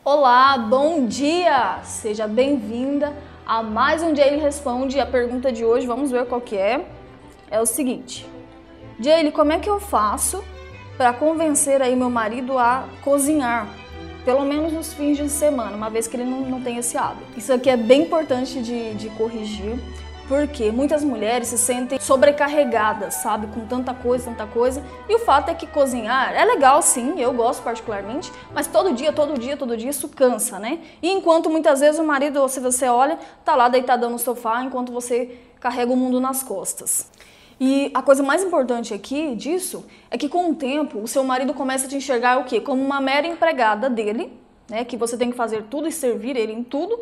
Olá, bom dia! Seja bem-vinda a mais um Jaylee Responde. A pergunta de hoje, vamos ver qual que é. É o seguinte: Jaylee, como é que eu faço para convencer aí meu marido a cozinhar? Pelo menos nos fins de semana, uma vez que ele não tem esse hábito. Isso aqui é bem importante de corrigir, porque muitas mulheres se sentem sobrecarregadas, sabe? Com tanta coisa. E o fato é que cozinhar é legal, sim, eu gosto particularmente, mas todo dia isso cansa, né? E enquanto muitas vezes o marido, se você olha, tá lá deitado no sofá, enquanto você carrega o mundo nas costas. E a coisa mais importante aqui disso é que com o tempo o seu marido começa a te enxergar o quê? Como uma mera empregada dele, né? Que você tem que fazer tudo e servir ele em tudo.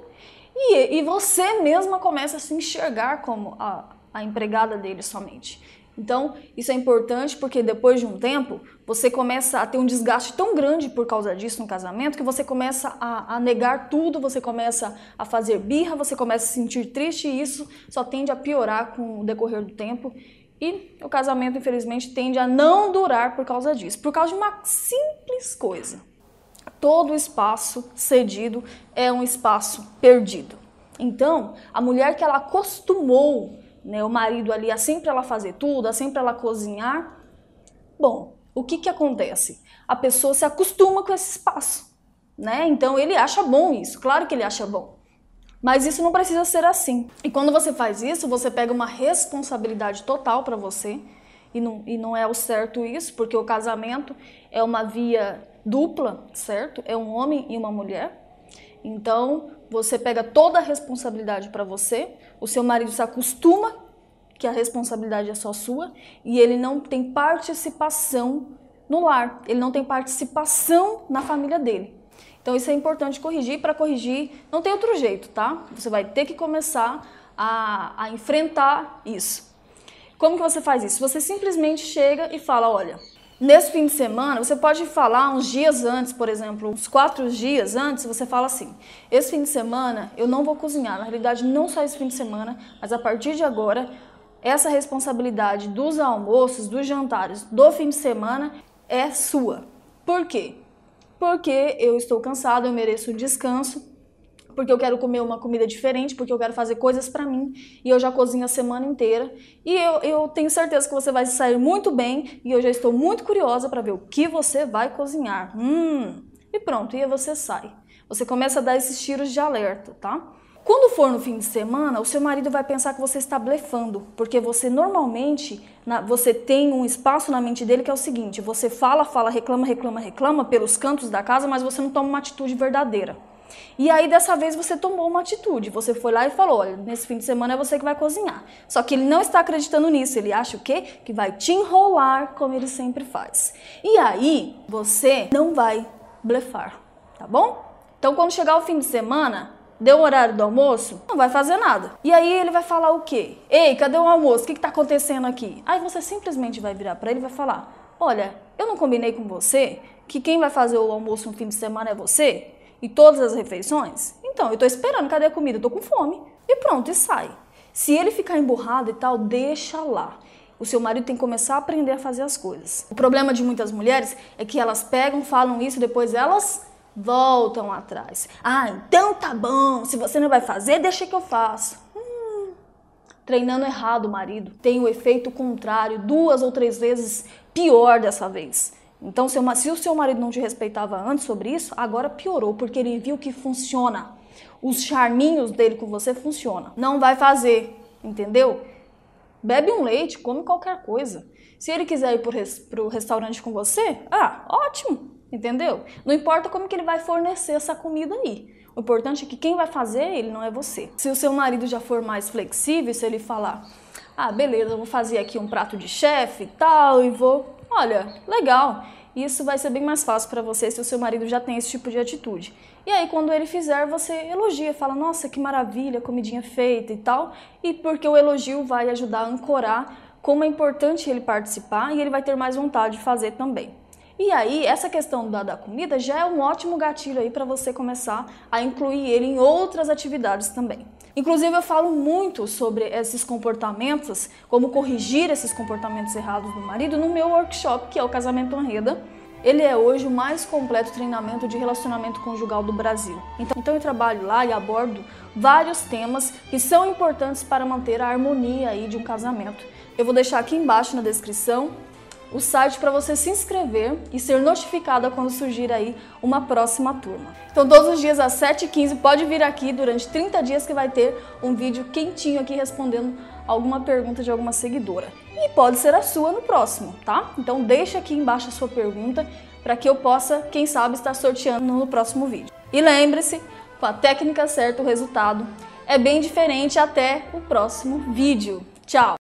E você mesma começa a se enxergar como a empregada dele somente. Então, isso é importante porque depois de um tempo, você começa a ter um desgaste tão grande por causa disso no casamento que você começa a negar tudo, você começa a fazer birra, você começa a se sentir triste e isso só tende a piorar com o decorrer do tempo. E o casamento, infelizmente, tende a não durar por causa disso, por causa de uma simples coisa. Todo espaço cedido é um espaço perdido. Então, a mulher que ela acostumou, né, o marido ali a sempre ela fazer tudo, a sempre ela cozinhar, bom, o que acontece? A pessoa se acostuma com esse espaço, né? Então ele acha bom isso, claro que ele acha bom. Mas isso não precisa ser assim. E quando você faz isso, você pega uma responsabilidade total para você. E não é o certo isso, porque o casamento é uma via dupla, certo? É um homem e uma mulher. Então, você pega toda a responsabilidade para você. O seu marido se acostuma que a responsabilidade é só sua. E ele não tem participação no lar. Ele não tem participação na família dele. Então isso é importante corrigir, e para corrigir não tem outro jeito, tá? Você vai ter que começar a enfrentar isso. Como que você faz isso? Você simplesmente chega e fala, olha, nesse fim de semana, você pode falar uns dias antes, por exemplo, uns 4 dias antes, você fala assim, esse fim de semana eu não vou cozinhar, na realidade não só esse fim de semana, mas a partir de agora, essa responsabilidade dos almoços, dos jantares, do fim de semana é sua. Por quê? Porque eu estou cansado, eu mereço descanso, porque eu quero comer uma comida diferente, porque eu quero fazer coisas pra mim, e eu já cozinho a semana inteira, e eu tenho certeza que você vai sair muito bem, e eu já estou muito curiosa para ver o que você vai cozinhar. E pronto, e aí você sai. Você começa a dar esses tiros de alerta, tá? Quando for no fim de semana, o seu marido vai pensar que você está blefando, porque você normalmente, você tem um espaço na mente dele que é o seguinte, você fala, reclama pelos cantos da casa, mas você não toma uma atitude verdadeira. E aí dessa vez você tomou uma atitude, você foi lá e falou, olha, nesse fim de semana é você que vai cozinhar. Só que ele não está acreditando nisso, ele acha o quê? Que vai te enrolar como ele sempre faz. E aí você não vai blefar, tá bom? Então quando chegar o fim de semana, deu o horário do almoço, não vai fazer nada. E aí ele vai falar o quê? Ei, cadê o almoço? O que está acontecendo aqui? Aí você simplesmente vai virar para ele e vai falar, olha, eu não combinei com você que quem vai fazer o almoço no fim de semana é você? E todas as refeições? Então, eu tô esperando, cadê a comida? Eu tô com fome. E pronto, e sai. Se ele ficar emburrado e tal, deixa lá. O seu marido tem que começar a aprender a fazer as coisas. O problema de muitas mulheres é que elas pegam, falam isso, depois elas voltam atrás. Ah, então tá bom, se você não vai fazer, deixa que eu faço. Treinando errado o marido. Tem o efeito contrário, 2 ou 3 vezes pior dessa vez. Então, se o seu marido não te respeitava antes sobre isso, agora piorou, porque ele viu que funciona. Os charminhos dele com você funcionam. Não vai fazer, entendeu? Bebe um leite, come qualquer coisa. Se ele quiser ir pro restaurante com você, ótimo, entendeu? Não importa como que ele vai fornecer essa comida aí. O importante é que quem vai fazer, ele não é você. Se o seu marido já for mais flexível, se ele falar, beleza, eu vou fazer aqui um prato de chefe e tal, e vou... Olha, legal, isso vai ser bem mais fácil para você se o seu marido já tem esse tipo de atitude. E aí, quando ele fizer, você elogia, fala, nossa, que maravilha, comidinha feita e tal. E porque o elogio vai ajudar a ancorar como é importante ele participar e ele vai ter mais vontade de fazer também. E aí, essa questão da comida já é um ótimo gatilho aí para você começar a incluir ele em outras atividades também. Inclusive, eu falo muito sobre esses comportamentos, como corrigir esses comportamentos errados do marido no meu workshop, que é o Casamento Anreda. Ele é hoje o mais completo treinamento de relacionamento conjugal do Brasil. Então eu trabalho lá e abordo vários temas que são importantes para manter a harmonia aí de um casamento. Eu vou deixar aqui embaixo na descrição o site para você se inscrever e ser notificada quando surgir aí uma próxima turma. Então todos os dias às 7h15 pode vir aqui durante 30 dias que vai ter um vídeo quentinho aqui respondendo alguma pergunta de alguma seguidora. E pode ser a sua no próximo, tá? Então deixa aqui embaixo a sua pergunta para que eu possa, quem sabe, estar sorteando no próximo vídeo. E lembre-se, com a técnica certa o resultado é bem diferente. Até o próximo vídeo. Tchau!